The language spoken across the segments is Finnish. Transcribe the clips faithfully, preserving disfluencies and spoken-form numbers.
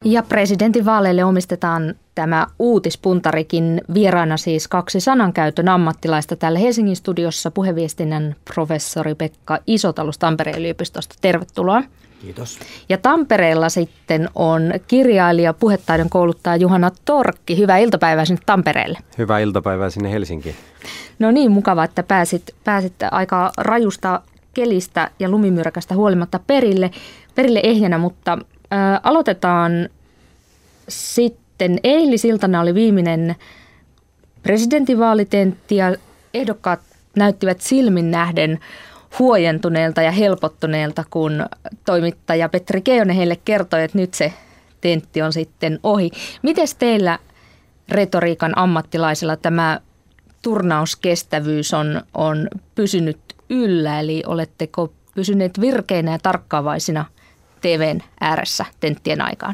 Ja presidentinvaaleille omistetaan tämä uutispuntarikin, vieraana siis kaksi sanankäytön ammattilaista täällä Helsingin studiossa, puheviestinnän professori Pekka Isotalus Tampereen yliopistosta. Tervetuloa. Kiitos. Ja Tampereella sitten on kirjailija, puhetaidon kouluttaja Juhana Torkki. Hyvää iltapäivää sinne Tampereelle. Hyvää iltapäivää sinne Helsinkiin. No niin, mukava, että pääsit, pääsit aika rajusta kelistä ja lumimyräkästä huolimatta perille, perille ehjänä, mutta ää, aloitetaan sitten. Eilisiltana oli viimeinen presidentinvaalitentti ja ehdokkaat näyttivät silmin nähden huojentuneelta ja helpottuneelta, kun toimittaja Petri Keijonen heille kertoi, että nyt se tentti on sitten ohi. Mites teillä retoriikan ammattilaisilla tämä turnauskestävyys on, on pysynyt yllä, eli oletteko pysyneet virkeinä ja tarkkaavaisina T V:n ääressä tenttien aikaan?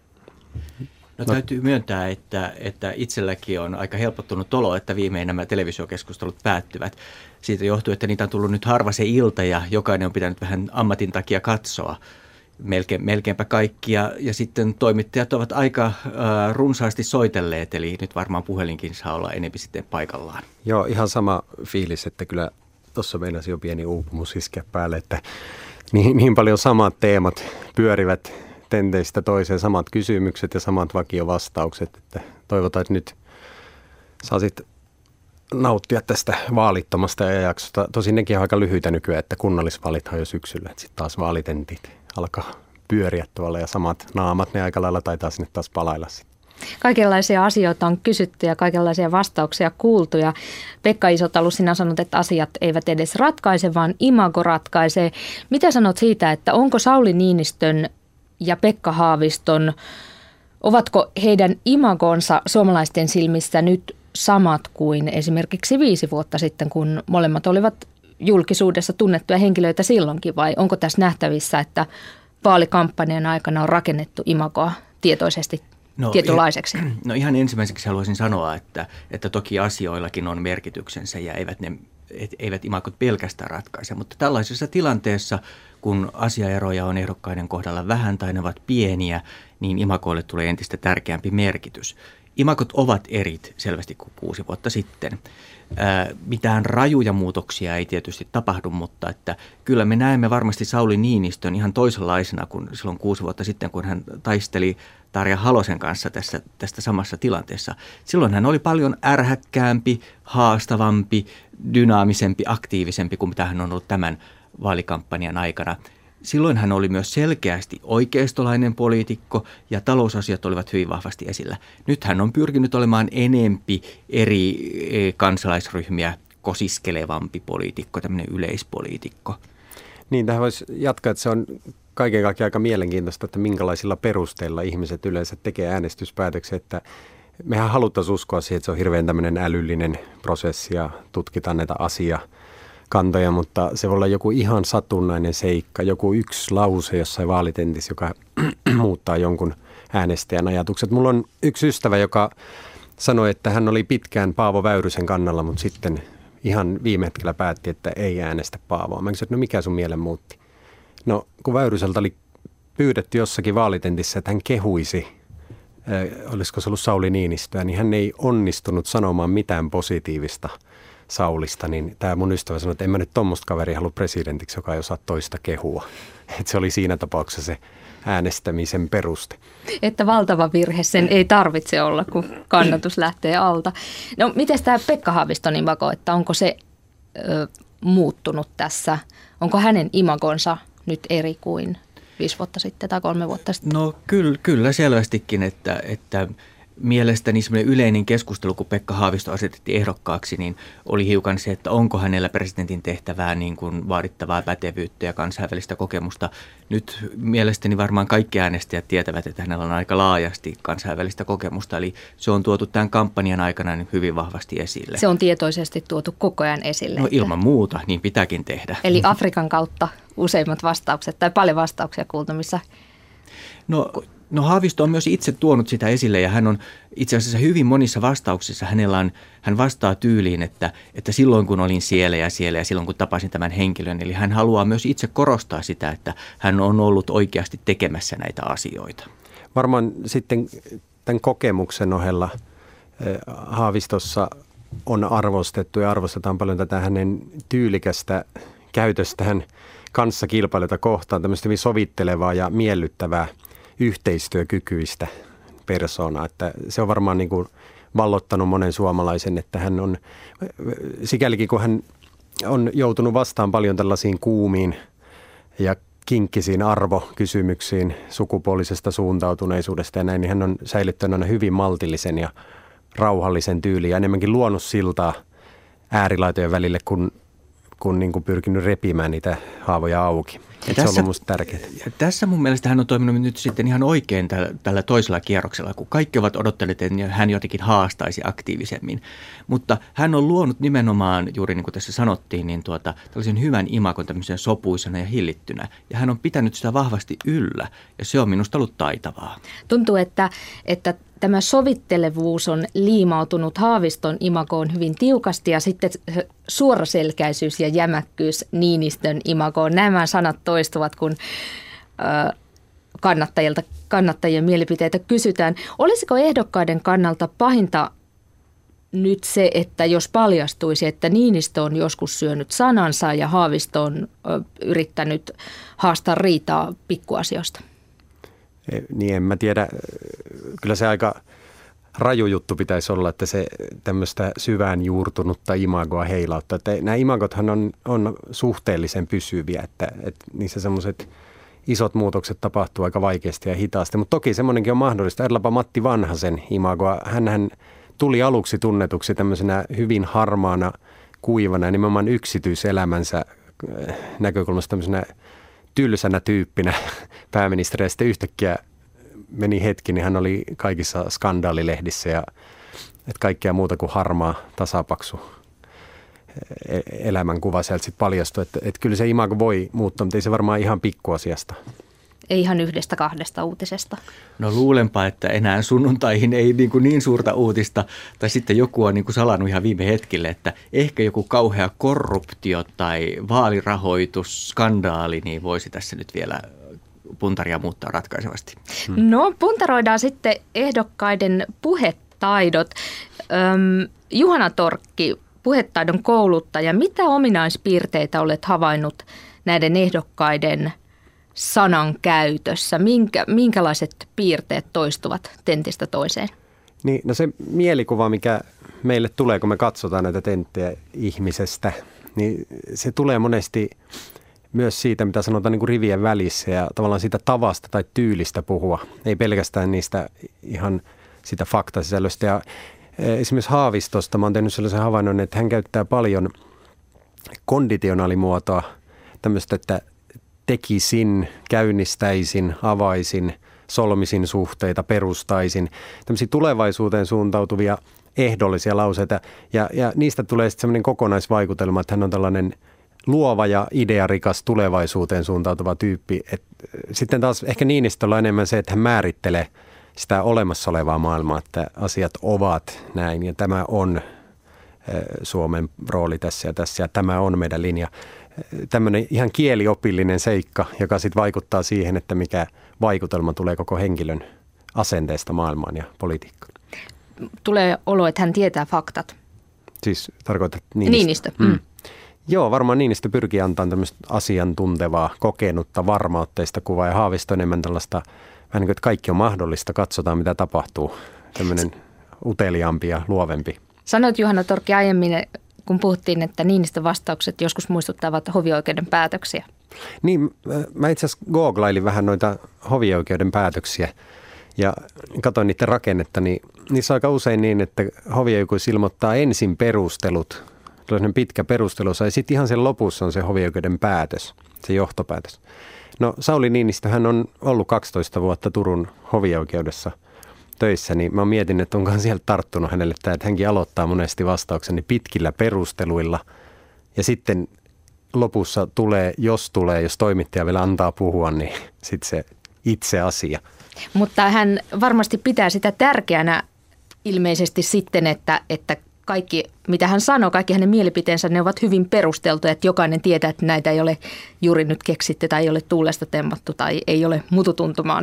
No täytyy myöntää, että, että itselläkin on aika helpottunut olo, että viimein nämä televisiokeskustelut päättyvät. Siitä johtuu, että niitä on tullut nyt harva se ilta ja jokainen on pitänyt vähän ammatin takia katsoa. Melkein, melkeinpä kaikki ja, ja sitten toimittajat ovat aika äh, runsaasti soitelleet, eli nyt varmaan puhelinkin saa olla enemmän sitten paikallaan. Joo, ihan sama fiilis, että kyllä tuossa meinasi jo pieni uupumus iskeä päälle, että niin, niin paljon samat teemat pyörivät tenteistä toiseen, samat kysymykset ja samat vakiovastaukset, että toivotaan, että nyt saasit nauttia tästä vaalittomasta jaksosta. Tosin nekin on aika lyhyitä nykyään, että kunnallisvaalit on jo syksyllä, että sitten taas vaalitentit alkaa pyöriä tuolla ja samat naamat, ne aika lailla taitaa sinne taas palailla sitten. Kaikenlaisia asioita on kysytty ja kaikenlaisia vastauksia kuultu ja Pekka Isotalus, sinä sanot, että asiat eivät edes ratkaise, vaan imago ratkaisee. Mitä sanot siitä, että onko Sauli Niinistön ja Pekka Haaviston, ovatko heidän imagonsa suomalaisten silmissä nyt samat kuin esimerkiksi viisi vuotta sitten, kun molemmat olivat julkisuudessa tunnettuja henkilöitä silloinkin, vai onko tässä nähtävissä, että vaalikampanjan aikana on rakennettu imagoa tietoisesti no, tietynlaiseksi? No ihan ensimmäiseksi haluaisin sanoa, että, että toki asioillakin on merkityksensä ja eivät, ne, eivät imagot pelkästään ratkaise, mutta tällaisessa tilanteessa, kun asiaeroja on ehdokkaiden kohdalla vähän tai ne ovat pieniä, niin imagoille tulee entistä tärkeämpi merkitys. Imagot ovat erit selvästi kuin kuusi vuotta sitten. Ää, mitään rajuja muutoksia ei tietysti tapahdu, mutta että kyllä me näemme varmasti Sauli Niinistön ihan toisenlaisena kuin silloin kuusi vuotta sitten, kun hän taisteli Tarja Halosen kanssa tässä, tästä samassa tilanteessa. Silloin hän oli paljon ärhäkkäämpi, haastavampi, dynaamisempi, aktiivisempi kuin mitä hän on ollut tämän vaalikampanjan aikana. Silloin hän oli myös selkeästi oikeistolainen poliitikko ja talousasiat olivat hyvin vahvasti esillä. Nyt hän on pyrkinyt olemaan enempi eri kansalaisryhmiä kosiskelevampi poliitikko, tämmöinen yleispoliitikko. Niin, tähän voisi jatkaa, että se on kaiken kaikkiaan aika mielenkiintoista, että minkälaisilla perusteilla ihmiset yleensä tekee äänestyspäätöksiä, että mehän haluttaisiin uskoa siihen, että se on hirveän tämmöinen älyllinen prosessi ja tutkitaan näitä asiaa. Kantoja, mutta se voi olla joku ihan satunnainen seikka, joku yksi lause jossain vaalitentissä, joka muuttaa jonkun äänestäjän ajatukset. Mulla on yksi ystävä, joka sanoi, että hän oli pitkään Paavo Väyrysen kannalla, mutta sitten ihan viime hetkellä päätti, että ei äänestä Paavoa. Mä kysyin, että no mikä sun mielen muutti? No kun Väyryseltä oli pyydetty jossakin vaalitentissä, että hän kehuisi, äh, olisiko se ollut Sauli Niinistöä, niin hän ei onnistunut sanomaan mitään positiivista Saulista, niin tämä mun ystävä sanoi, että en mä nyt tommoista kaveria halua presidentiksi, joka ei osaa toista kehua. Että se oli siinä tapauksessa se äänestämisen peruste. Että valtava virhe sen ei tarvitse olla, kun kannatus lähtee alta. No miten tämä Pekka Haaviston imago, että onko se ö, muuttunut tässä? Onko hänen imagonsa nyt eri kuin viisi vuotta sitten tai kolme vuotta sitten? No kyllä, kyllä selvästikin, että... että mielestäni semmoinen yleinen keskustelu, kun Pekka Haavisto asetettiin ehdokkaaksi, niin oli hiukan se, että onko hänellä presidentin tehtävää niin kuin vaadittavaa pätevyyttä ja kansainvälistä kokemusta. Nyt mielestäni varmaan kaikki äänestäjät tietävät, että hänellä on aika laajasti kansainvälistä kokemusta, eli se on tuotu tämän kampanjan aikana niin hyvin vahvasti esille. Se on tietoisesti tuotu koko ajan esille. No ilman muuta, niin pitääkin tehdä. Eli Afrikan kautta useimmat vastaukset tai paljon vastauksia kuultu, missä... No... No Haavisto on myös itse tuonut sitä esille ja hän on itse asiassa hyvin monissa vastauksissa, hänellä on, hän vastaa tyyliin, että, että silloin kun olin siellä ja siellä ja silloin kun tapasin tämän henkilön, eli hän haluaa myös itse korostaa sitä, että hän on ollut oikeasti tekemässä näitä asioita. varmaan sitten tämän kokemuksen ohella Haavistossa on arvostettu ja arvostetaan paljon tätä hänen tyylikästä käytöstään kanssakilpailijoita kohtaan, tämmöistä hyvin sovittelevaa ja miellyttävää yhteistyökykyistä persoonaa. Että se on varmaan niin kuin vallottanut monen suomalaisen, että hän on, sikälikin kun hän on joutunut vastaan paljon tällaisiin kuumiin ja kinkkisiin arvokysymyksiin sukupuolisesta suuntautuneisuudesta ja näin, niin hän on säilyttänyt aina hyvin maltillisen ja rauhallisen tyyliin ja enemmänkin luonut siltaa äärilaitojen välille, kun, kun niin kuin pyrkinyt repimään niitä haavoja auki. Tässä, se on ollut musta tärkeää. Tässä mun mielestä hän on toiminut nyt sitten ihan oikein tällä, tällä toisella kierroksella, kun kaikki ovat odottaneet, että hän jotenkin haastaisi aktiivisemmin. Mutta hän on luonut nimenomaan, juuri niin kuin tässä sanottiin, niin tuota, tällaisen hyvän imakon tämmöisen sopuisena ja hillittynä. Ja hän on pitänyt sitä vahvasti yllä ja se on minusta ollut taitavaa. Tuntuu, että, että tämä sovittelevuus on liimautunut Haaviston imagoon hyvin tiukasti ja sitten suoraselkäisyys ja jämäkkyys Niinistön imagoon. Nämä sanat toistuvat, kun ö, kannattajilta, kannattajien mielipiteitä kysytään. Olisiko ehdokkaiden kannalta pahinta nyt se, että jos paljastuisi, että Niinistö on joskus syönyt sanansa ja Haavisto on ö, yrittänyt haastaa riitaa pikkuasioista? Niin en mä tiedä. Kyllä se aika raju juttu pitäisi olla, että se tämmöistä syvään juurtunutta imagoa heilauttaa. Että nämä imagothan on, on suhteellisen pysyviä, että, että niissä semmoiset isot muutokset tapahtuu aika vaikeasti ja hitaasti. Mutta toki semmoinenkin on mahdollista. Ajatellaanpa Matti Vanhasen imagoa. Hänhän tuli aluksi tunnetuksi tämmöisenä hyvin harmaana, kuivana ja nimenomaan yksityiselämänsä näkökulmasta tämmöisenä tylsänä tyyppinä pääministeri ja sitten yhtäkkiä meni hetki, niin hän oli kaikissa skandaalilehdissä ja että kaikkea muuta kuin harmaa, tasapaksu elämänkuva sieltä sitten paljastui. Että, että kyllä se imago voi muuttua, mutta ei se varmaan ihan pikkuasiasta. Ei ihan yhdestä kahdesta uutisesta. No luulenpa, että enää sunnuntaihin ei niin, kuin niin suurta uutista, tai sitten joku on niin kuin salannut ihan viime hetkille, että ehkä joku kauhea korruptio tai vaalirahoitusskandaali niin voisi tässä nyt vielä puntaria muuttaa ratkaisevasti. Hmm. No puntaroidaan sitten ehdokkaiden puhetaidot. Öm, Juhana Torkki, puhetaidon kouluttaja, mitä ominaispiirteitä olet havainnut näiden ehdokkaiden sanan käytössä? Minkä, minkälaiset piirteet toistuvat tentistä toiseen? Niin, no se mielikuva, mikä meille tulee, kun me katsotaan näitä tenttejä ihmisestä, niin se tulee monesti myös siitä, mitä sanotaan niin kuin rivien välissä ja tavallaan siitä tavasta tai tyylistä puhua. Ei pelkästään niistä ihan sitä faktasisällöstä. Ja esimerkiksi Haavistosta mä oon tehnyt sellaisen havainnon, että hän käyttää paljon konditionaalimuotoa, tämmöistä, että tekisin, käynnistäisin, avaisin, solmisin suhteita, perustaisin. Tämmöisiä tulevaisuuteen suuntautuvia ehdollisia lauseita. Ja, ja niistä tulee sitten semmoinen kokonaisvaikutelma, että hän on tällainen luova ja idearikas tulevaisuuteen suuntautuva tyyppi. Et sitten taas ehkä Niinistöllä on enemmän se, että hän määrittelee sitä olemassa olevaa maailmaa, että asiat ovat näin ja tämä on Suomen rooli tässä ja tässä ja tämä on meidän linja. Tämmöinen ihan kieliopillinen seikka, joka sitten vaikuttaa siihen, että mikä vaikutelma tulee koko henkilön asenteesta maailmaan ja politiikkaan. Tulee olo, että hän tietää faktat. Siis tarkoitat Niinistö? Niinistö. Mm. Mm. Joo, varmaan Niinistö pyrkii antamaan tämmöistä asiantuntevaa, kokenutta, varmautteista kuvaa ja Haavisto enemmän tällaista, vähän niin kuin, että kaikki on mahdollista, katsotaan mitä tapahtuu. Tämmöinen uteliaampi ja luovempi. Sanoit Juhana Torkki aiemmin, kun puhuttiin, että Niinistön vastaukset joskus muistuttavat hovioikeuden päätöksiä. Niin, mä itse asiassa googlailin vähän noita hovioikeuden päätöksiä ja katsoin niiden rakennetta, niin niissä on aika usein niin, että hovioikeus ilmoittaa ensin perustelut, tällainen pitkä perustelu, ja sitten ihan sen lopussa on se hovioikeuden päätös, se johtopäätös. No Sauli Niinistö, hän on ollut kaksitoista vuotta Turun hovioikeudessa töissä, niin mä mietin, että onkohan sieltä tarttunut hänelle tämä, että hänkin aloittaa monesti vastaukseni pitkillä perusteluilla ja sitten lopussa tulee, jos tulee, jos toimittaja vielä antaa puhua, niin sitten se itse asia. Mutta hän varmasti pitää sitä tärkeänä ilmeisesti sitten, että, että kaikki, mitä hän sanoo, kaikki hänen mielipiteensä, ne ovat hyvin perusteltuja, että jokainen tietää, että näitä ei ole juuri nyt keksitty tai ei ole tuulesta temmattu tai ei ole mututuntumaan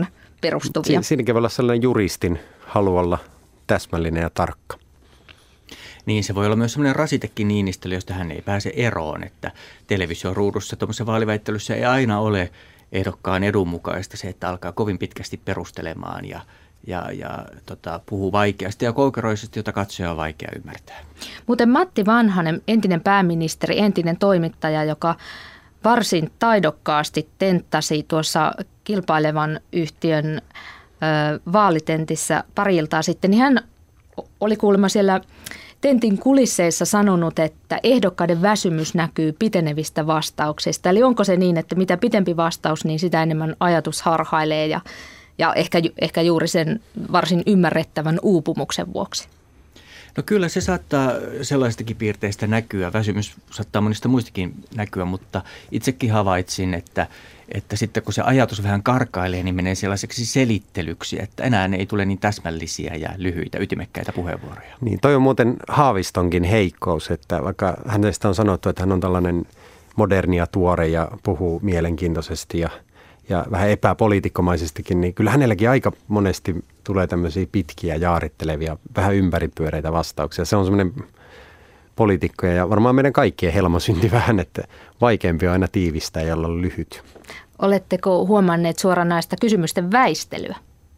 perustuvia. Si- siinäkin voi olla sellainen juristin halu olla täsmällinen ja tarkka. Niin, se voi olla myös sellainen rasitekin Niinistölle, josta hän ei pääse eroon, että televisioruudussa tuommoisessa vaaliväittelyssä ei aina ole ehdokkaan edun mukaista se, että alkaa kovin pitkästi perustelemaan ja, ja, ja tota, puhuu vaikeasti ja koukeroisesti, jota katsoja on vaikea ymmärtää. Muuten Matti Vanhanen, entinen pääministeri, entinen toimittaja, joka varsin taidokkaasti tenttasi tuossa kilpailevan yhtiön ö, vaalitentissä pari iltaa sitten, niin hän oli kuulemma siellä tentin kulisseissa sanonut, että ehdokkaiden väsymys näkyy pitenevistä vastauksista. Eli onko se niin, että mitä pitempi vastaus, niin sitä enemmän ajatus harhailee ja, ja ehkä, ehkä juuri sen varsin ymmärrettävän uupumuksen vuoksi? No kyllä se saattaa sellaistakin piirteistä näkyä. Väsymys saattaa monista muistakin näkyä, mutta itsekin havaitsin, että, että sitten kun se ajatus vähän karkailee, niin menee sellaiseksi selittelyksi, että enää ei tule niin täsmällisiä ja lyhyitä, ytimekkäitä puheenvuoroja. Niin, toi on muuten Haavistonkin heikkous, että vaikka hänestä on sanottu, että hän on tällainen moderni ja tuore ja puhuu mielenkiintoisesti ja, ja vähän epäpoliitikkomaisestikin, niin kyllä hänelläkin aika monesti tulee tämmöisiä pitkiä, jaarittelevia, vähän ympäripyöreitä vastauksia. Se on semmoinen poliitikkoja ja varmaan meidän kaikkien helma synti vähän, että vaikeampi on aina tiivistää ja olla lyhyt. Oletteko huomanneet suoranaista kysymysten väistelyä?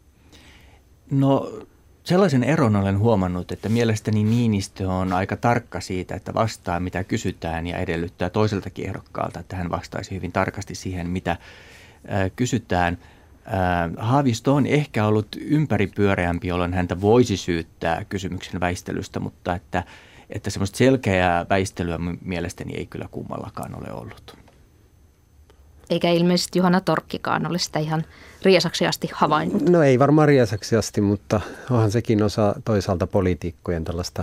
No sellaisen eron olen huomannut, että mielestäni Niinistö on aika tarkka siitä, että vastaa mitä kysytään ja edellyttää toiseltakin ehdokkaalta, että hän vastaisi hyvin tarkasti siihen, mitä äh, kysytään. Haavisto on ehkä ollut ympäripyöreämpi, jolloin häntä voisi syyttää kysymyksen väistelystä, mutta että, että semmoista selkeää väistelyä mielestäni ei kyllä kummallakaan ole ollut. Eikä ilmeisesti Juhana Torkkikaan ole sitä ihan riesaksi asti havainnut. No ei varmaan riesaksi asti, mutta onhan sekin osa toisaalta poliitikkojen tällaista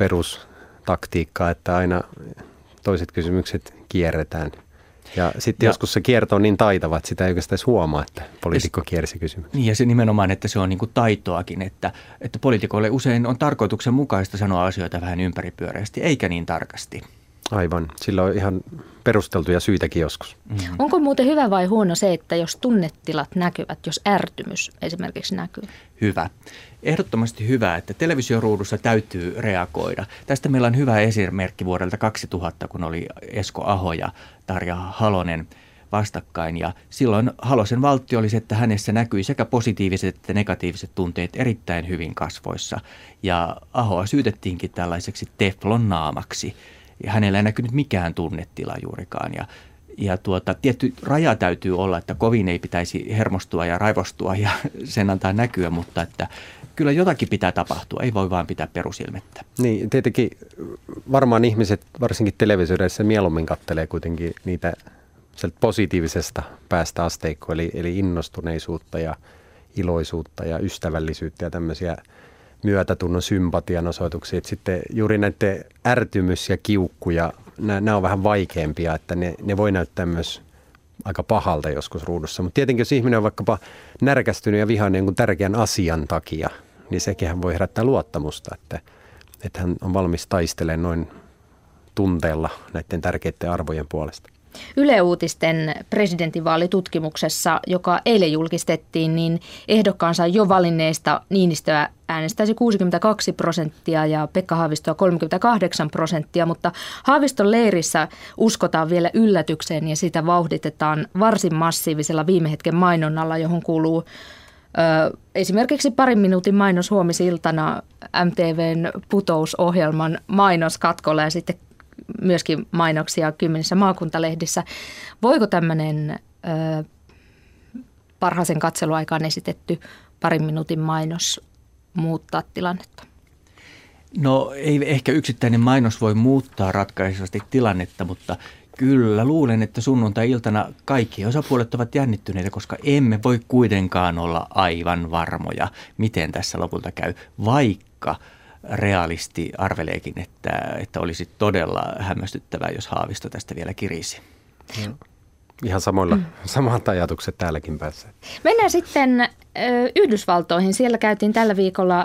perustaktiikkaa, että aina toiset kysymykset kierretään. Ja sitten ja, joskus se kierto on niin taitava, että sitä ei oikeastaan huomaa, että poliitikko kiersi kysymys. Niin ja se nimenomaan, että se on niin kuin taitoakin, että, että poliitikoille usein on tarkoituksenmukaista sanoa asioita vähän ympäripyöreästi, eikä niin tarkasti. Aivan. Sillä on ihan perusteltuja syitäkin joskus. Mm-hmm. Onko muuten hyvä vai huono se, että jos tunnetilat näkyvät, jos ärtymys esimerkiksi näkyy? Hyvä. Ehdottomasti hyvä, että televisioruudussa täytyy reagoida. Tästä meillä on hyvä esimerkki vuodelta kaksituhatta, kun oli Esko Aho ja Tarja Halonen vastakkain. Ja silloin Halosen valtti oli se, että hänessä näkyi sekä positiiviset että negatiiviset tunteet erittäin hyvin kasvoissa. Ja Ahoa syytettiinkin tällaiseksi teflon naamaksi. Ja hänellä ei näkynyt mikään tunnetila juurikaan. Ja, ja tuota, tietty raja täytyy olla, että kovin ei pitäisi hermostua ja raivostua ja sen antaa näkyä, mutta että kyllä jotakin pitää tapahtua, ei voi vaan pitää perusilmettä. Niin, tietenkin varmaan ihmiset, varsinkin televisioidessa, mieluummin kattelee kuitenkin niitä positiivisesta päästä asteikkoa, eli, eli innostuneisuutta ja iloisuutta ja ystävällisyyttä ja tämmöisiä myötätunnon sympatian osoituksia. Sitten juuri näiden ärtymys ja kiukku ja nämä on vähän vaikeampia, että ne, ne voi näyttää myös aika pahalta joskus ruudussa. Mutta tietenkin jos ihminen on vaikkapa närkästynyt ja vihainen jonkun tärkeän asian takia, niin sekin voi herättää luottamusta, että, että hän on valmis taistelemaan noin tunteella näiden tärkeiden arvojen puolesta. Yle Uutisten presidentinvaalitutkimuksessa, joka eilen julkistettiin, niin ehdokkaansa jo valinneista Niinistöä äänestäisi kuusikymmentäkaksi prosenttia ja Pekka Haavistoa kolmekymmentäkahdeksan prosenttia, mutta Haaviston leirissä uskotaan vielä yllätykseen ja sitä vauhditetaan varsin massiivisella viime hetken mainonnalla, johon kuuluu ö, esimerkiksi parin minuutin mainos huomisiltana M T V:n putousohjelman mainoskatkolla ja sitten myöskin mainoksia kymmenissä maakuntalehdissä. Voiko tämmöinen ö, parhaaseen katseluaikaan esitetty parin minuutin mainos muuttaa tilannetta? No ei ehkä yksittäinen mainos voi muuttaa ratkaisevasti tilannetta, mutta kyllä luulen, että sunnuntai-iltana kaikki osapuolet ovat jännittyneitä, koska emme voi kuitenkaan olla aivan varmoja, miten tässä lopulta käy, vaikka realisti arveleekin, että, että olisi todella hämmästyttävää, jos Haavisto tästä vielä kirisi. Ja. Ihan samoilla, mm. samat ajatukset täälläkin päässä. Mennään sitten ö, Yhdysvaltoihin. Siellä käytiin tällä viikolla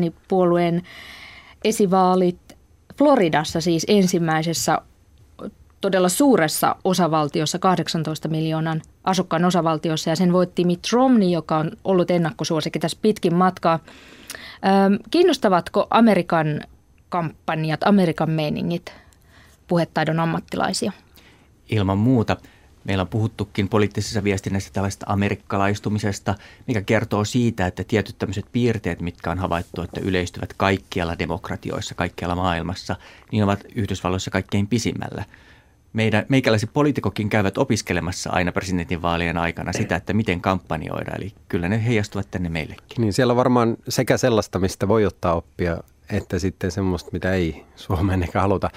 republikaanipuolueen esivaalit Floridassa, siis ensimmäisessä todella suuressa osavaltiossa, kahdeksantoista miljoonan asukkaan osavaltiossa, ja sen voitti Mitt Romney, joka on ollut ennakkosuosikki tässä pitkin matkaa. Kiinnostavatko Amerikan kampanjat, Amerikan meiningit puhetaidon ammattilaisia? Ilman muuta. Meillä on puhuttukin poliittisessa viestinnässä tällaista amerikkalaistumisesta, mikä kertoo siitä, että tietyt tämmöiset piirteet, mitkä on havaittu, että yleistyvät kaikkialla demokratioissa, kaikkialla maailmassa, niin ovat Yhdysvalloissa kaikkein pisimmällä. Meidän, meikäläiset poliitikokin käyvät opiskelemassa aina presidentinvaalien aikana sitä, että miten kampanjoida, eli kyllä ne heijastuvat tänne meillekin. Niin siellä on varmaan sekä sellaista, mistä voi ottaa oppia, että sitten semmoista, mitä ei Suomeen eikä haluta.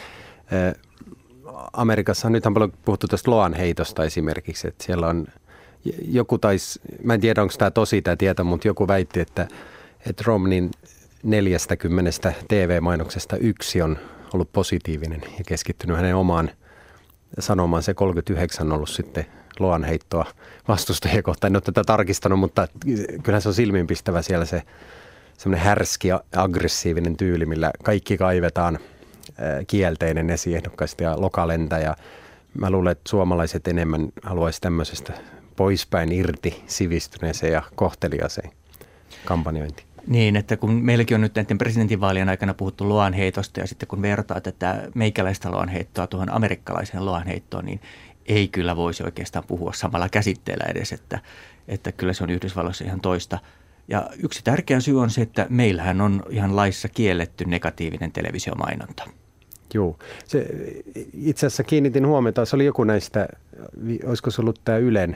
Amerikassa on nythän paljon puhuttu tästä loanheitosta esimerkiksi, että siellä on joku taisi, mä en tiedä onko tämä tosi tämä tieto, mutta joku väitti, että, että Romneyn neljästäkymmenestä T V-mainoksesta yksi on ollut positiivinen ja keskittynyt hänen omaan sanomaan. Se kolmekymmentäyhdeksän on ollut sitten loanheittoa vastustajia kohtaan. En ole tätä tarkistanut, mutta kyllähän se on silmiinpistävä siellä se semmoinen härski ja aggressiivinen tyyli, millä kaikki kaivetaan kielteinen esiehdokkaista ja lokalentä. Ja mä luulen, että suomalaiset enemmän haluaisi tämmöisestä poispäin irti sivistyneeseen ja kohteliaaseen kampanjointiin. Niin, että kun meilläkin on nyt näiden presidentinvaalien aikana puhuttu loanheitosta ja sitten kun vertaa tätä meikäläistä loanheittoa tuohon amerikkalaiseen loanheittoon, niin ei kyllä voisi oikeastaan puhua samalla käsitteellä edes, että, että kyllä se on Yhdysvalloissa ihan toista. Ja yksi tärkeä syy on se, että meillähän on ihan laissa kielletty negatiivinen televisiomainonta. Joo, se, itse asiassa kiinnitin huomiota, se oli joku näistä, olisiko se ollut tämä Ylen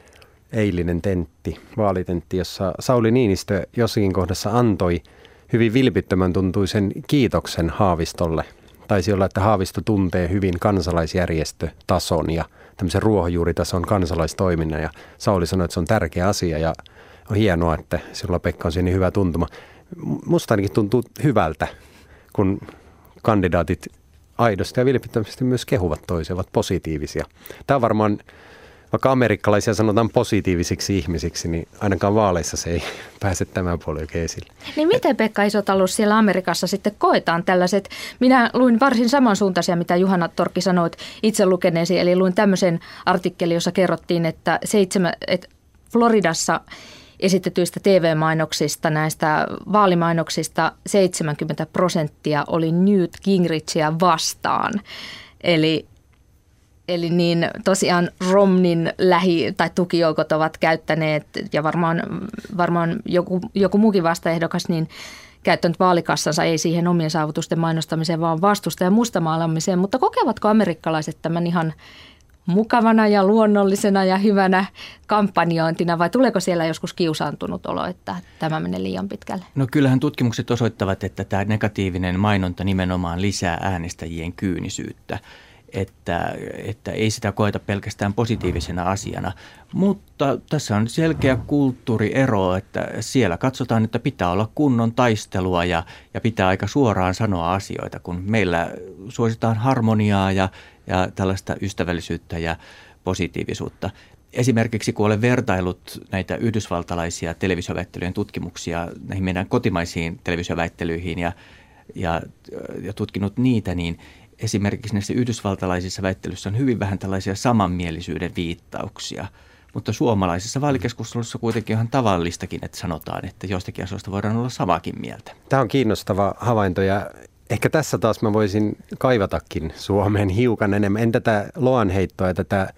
eilinen tentti, vaalitentti, jossa Sauli Niinistö jossakin kohdassa antoi hyvin vilpittömän tuntuisen kiitoksen Haavistolle. Taisi olla, että Haavisto tuntee hyvin kansalaisjärjestötason ja tämmöisen ruohonjuuritason kansalaistoiminnan. Ja Sauli sanoi, että se on tärkeä asia ja on hienoa, että sinulla Pekka on siinä hyvä tuntuma. Musta ainakin tuntuu hyvältä, kun kandidaatit aidosti ja vilpittömästi myös kehuvat toisia, ovat positiivisia. Tämä on varmaan, vaikka amerikkalaisia sanotaan positiivisiksi ihmisiksi, niin ainakaan vaaleissa se ei pääse tämän puolen oikein esille. Niin miten, Pekka Isotalous, siellä Amerikassa sitten koetaan tällaiset? Minä luin varsin samansuuntaisia, mitä Juhana Torkki sanoit itse lukeneesi. Eli luin tämmöisen artikkelin, jossa kerrottiin, että, seitsemän, että Floridassa esitetyistä T V-mainoksista, näistä vaalimainoksista seitsemänkymmentä prosenttia oli Newt Gingrichia vastaan. Eli Eli niin tosiaan Romneyn lähi- tai tukijoukot ovat käyttäneet, ja varmaan, varmaan joku, joku muukin vastaehdokas, niin käyttänyt vaalikassansa ei siihen omien saavutusten mainostamiseen, vaan vastusta ja mustamaalaamiseen. Mutta kokevatko amerikkalaiset tämän ihan mukavana ja luonnollisena ja hyvänä kampanjointina, vai tuleeko siellä joskus kiusaantunut olo, että tämä menee liian pitkälle? No kyllähän tutkimukset osoittavat, että tämä negatiivinen mainonta nimenomaan lisää äänestäjien kyynisyyttä. Että, että ei sitä koeta pelkästään positiivisena asiana, mutta tässä on selkeä kulttuuriero, että siellä katsotaan, että pitää olla kunnon taistelua ja, ja pitää aika suoraan sanoa asioita, kun meillä suositaan harmoniaa ja, ja tällaista ystävällisyyttä ja positiivisuutta. Esimerkiksi kun olen vertailut näitä yhdysvaltalaisia televisioväittelyjen tutkimuksia näihin meidän kotimaisiin televisioväittelyihin ja, ja, ja tutkinut niitä, niin esimerkiksi näissä yhdysvaltalaisissa väittelyissä on hyvin vähän tällaisia samanmielisyyden viittauksia, mutta suomalaisessa vaalikeskustelussa kuitenkin ihan tavallistakin, että sanotaan, että joistakin asioista voidaan olla samaakin mieltä. Tämä on kiinnostava havainto ja ehkä tässä taas mä voisin kaivatakin Suomeen hiukan enemmän. En tätä loanheittoa ja tätä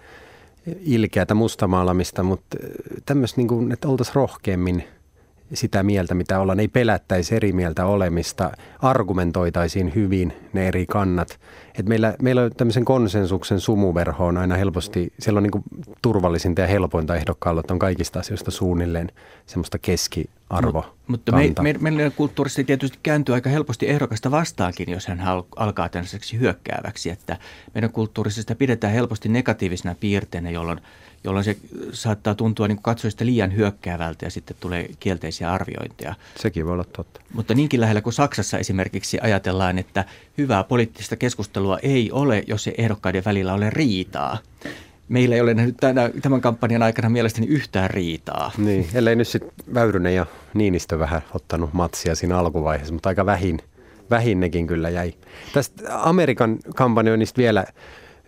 ilkeätä mustamaalamista, mutta tämmöistä niin kuin, että oltaisiin rohkeammin sitä mieltä, mitä ollaan. Ei pelättäisi eri mieltä olemista, argumentoitaisiin hyvin ne eri kannat. Et meillä, meillä on tämmöisen konsensuksen sumuverho on aina helposti, siellä on niin kuin turvallisinta ja helpointa ehdokkaalla, että on kaikista asioista suunnilleen semmoista keskiarvo. No, mutta me, me, meidän kulttuurissa tietysti kääntyy aika helposti ehdokasta vastaankin, jos hän alkaa tällaiseksi hyökkääväksi, että meidän kulttuurissa sitä pidetään helposti negatiivisena piirteenä, jolloin jolloin se saattaa tuntua niin katsojista liian hyökkäävältä ja sitten tulee kielteisiä arviointeja. Sekin voi olla totta. Mutta niinkin lähellä kuin Saksassa esimerkiksi ajatellaan, että hyvää poliittista keskustelua ei ole, jos se ehdokkaiden välillä ole riitaa. Meillä ei ole nähnyt tämän kampanjan aikana mielestäni yhtään riitaa. Niin, ellei nyt sitten Väyrynen ja Niinistö vähän ottanut matsia siinä alkuvaiheessa, mutta aika vähin, vähin nekin kyllä jäi. Tästä Amerikan kampanjoinnista vielä.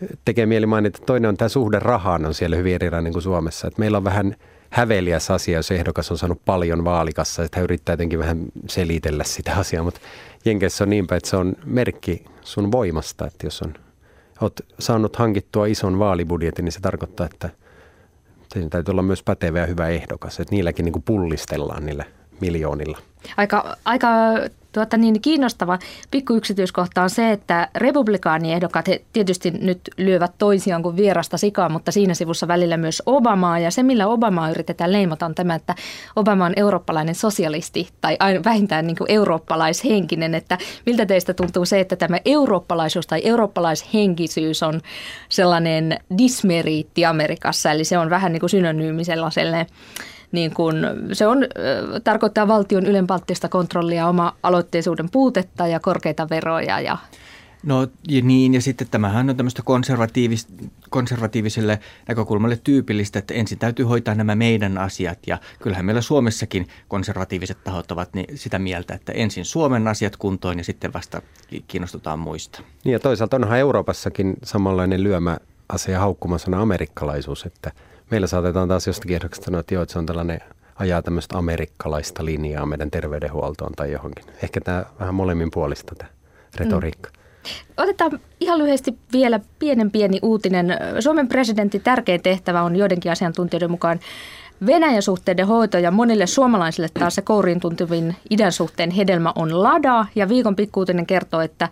tekee mieli mainita, että toinen on tämä suhde rahaan on siellä hyvin erilainen kuin Suomessa. Että meillä on vähän häveliäs asia, jos ehdokas on saanut paljon vaalikassa, että hän yrittää jotenkin vähän selitellä sitä asiaa, mutta Jenkeissä on niinpä, että se on merkki sun voimasta, että jos on, oot saanut hankittua ison vaalibudjetin, niin se tarkoittaa, että täytyy olla myös pätevä ja hyvä ehdokas, että niilläkin niin kuin pullistellaan niillä miljoonilla. Aika, aika tuota niin, kiinnostava pikku yksityiskohta on se, että republikaaniehdokkaat he tietysti nyt lyövät toisiaan kuin vierasta sikaa, mutta siinä sivussa välillä myös Obamaa. Ja se, millä Obamaa yritetään leimata, on tämä, että Obama on eurooppalainen sosialisti tai vähintään niin kuin eurooppalaishenkinen. Että miltä teistä tuntuu se, että tämä eurooppalaisuus tai eurooppalaishenkisyys on sellainen dismeriitti Amerikassa, eli se on vähän niin kuin synonyymi sellaiselle. Niin kun se on, tarkoittaa valtion ylenpalttista kontrollia, oma-aloitteisuuden puutetta ja korkeita veroja. Ja No ja niin, ja sitten tämähän on tämmöistä konservatiivis, konservatiiviselle näkökulmalle tyypillistä, että ensin täytyy hoitaa nämä meidän asiat. Ja kyllähän meillä Suomessakin konservatiiviset tahot ovat niin sitä mieltä, että ensin Suomen asiat kuntoon ja sitten vasta kiinnostutaan muista. Niin ja toisaalta onhan Euroopassakin samanlainen lyömäasia haukkumasana amerikkalaisuus, että meillä saatetaan taas jostakin ehdoksesta sanoa, että joo, että se on tällainen, ajaa tämmöistä amerikkalaista linjaa meidän terveydenhuoltoon tai johonkin. Ehkä tämä vähän molemmin puolista tämä retoriikka. Mm. Otetaan ihan lyhyesti vielä pienen pieni uutinen. Suomen presidentin tärkein tehtävä on joidenkin asiantuntijoiden mukaan Venäjä-suhteiden hoito ja monille suomalaisille taas se kouriin tuntuvin idän suhteen hedelmä on Lada. Ja viikon pikkuutinen kertoo, että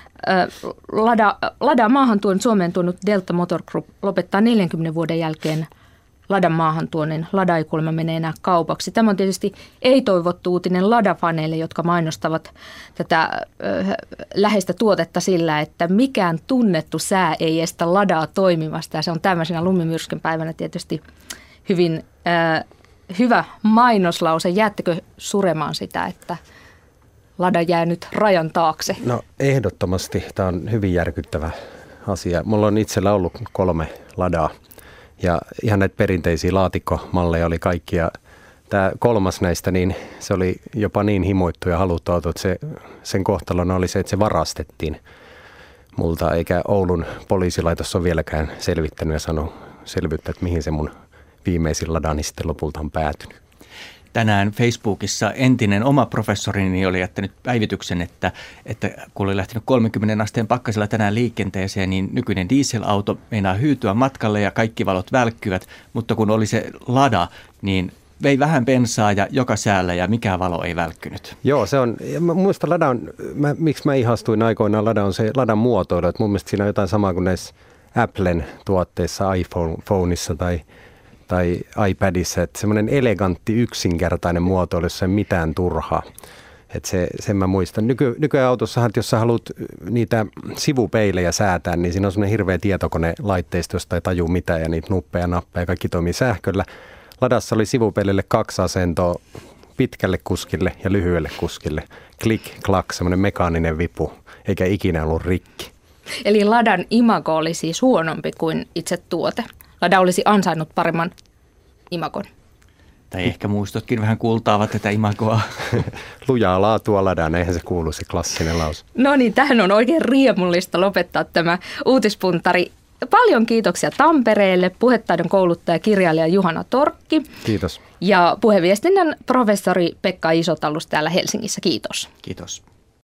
Lada, Lada maahantuon Suomeen tuonut Delta Motor Group lopettaa neljänkymmenen vuoden jälkeen Ladan maahantuonnin. Lada ei kuulemma mene enää kaupaksi. Tämä on tietysti ei-toivottu uutinen Lada-faneille, jotka mainostavat tätä äh, läheistä tuotetta sillä, että mikään tunnettu sää ei estä Ladaa toimimasta. Ja se on tämmöisenä lumimyrskyn päivänä tietysti hyvin äh, hyvä mainoslause. Jäättekö suremaan sitä, että Lada jää nyt rajan taakse? No ehdottomasti. Tämä on hyvin järkyttävä asia. Mulla on itsellä ollut kolme Ladaa ja ihan näitä perinteisiä laatikkomalleja oli kaikki. Ja tämä kolmas näistä, niin se oli jopa niin himoittu ja haluttu auto, että se, sen kohtalona oli se, että se varastettiin multa. Eikä Oulun poliisilaitos ole vieläkään selvittänyt ja sanonut selvyyttä, että mihin se mun viimeisin Ladani sitten lopulta on päätynyt. Tänään Facebookissa entinen oma professorini oli jättänyt päivityksen, että, että kun oli lähtenyt kolmekymmentä asteen pakkasella tänään liikenteeseen, niin nykyinen dieselauto meinaa hyytyä matkalle ja kaikki valot välkkyvät, mutta kun oli se Lada, niin vei vähän bensaa ja joka säällä ja mikään valo ei välkkynyt. Joo, se on, mä muistan Lada on, mä, miksi mä ihastuin aikoinaan Lada on se Ladan muotoilu, että mun mielestä siinä on jotain samaa kuin näissä Applen tuotteissa, iPhoneissa tai tai iPadissa, että semmoinen elegantti, yksinkertainen muotoilu, jossa ei mitään turhaa. Että se, sen mä muistan. Nyky, nykyään autossahan, jos sä haluat niitä sivupeilejä säätää, niin siinä on semmoinen hirveä tietokonelaitteisto, josta ei taju mitään ja niitä nuppeja, nappeja, kaikki toimii sähköllä. Ladassa oli sivupeilille kaksi asentoa, pitkälle kuskille ja lyhyelle kuskille. Klik, klak, semmoinen mekaaninen vipu, eikä ikinä ollut rikki. Eli Ladan imago oli siis huonompi kuin itse tuote. Lada olisi ansainnut paremman imagon. Tai ehkä muistotkin vähän kultaavat tätä imagoa. Lujaa laatua Ladaan, eihän se kuulu se klassinen laus. No niin, tähän on oikein riemullista lopettaa tämä uutispuntari. Paljon kiitoksia Tampereelle, puhetaidon kouluttaja kirjailija Juhana Torkki. Kiitos. Ja puheviestinnän professori Pekka Isotallus täällä Helsingissä. Kiitos. Kiitos.